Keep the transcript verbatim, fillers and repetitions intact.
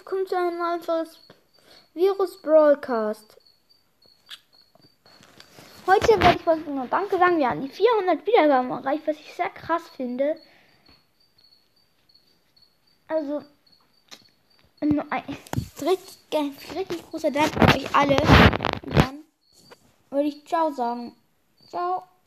willkommen zu einem neuen Virus Broadcast. Heute werde ich was nur Danke sagen. Wir haben die vierhundert Wiedergaben erreicht, was ich sehr krass finde. Also, ein richtig, richtig großer Dank an euch alle. Und dann würde ich Ciao sagen. Ciao.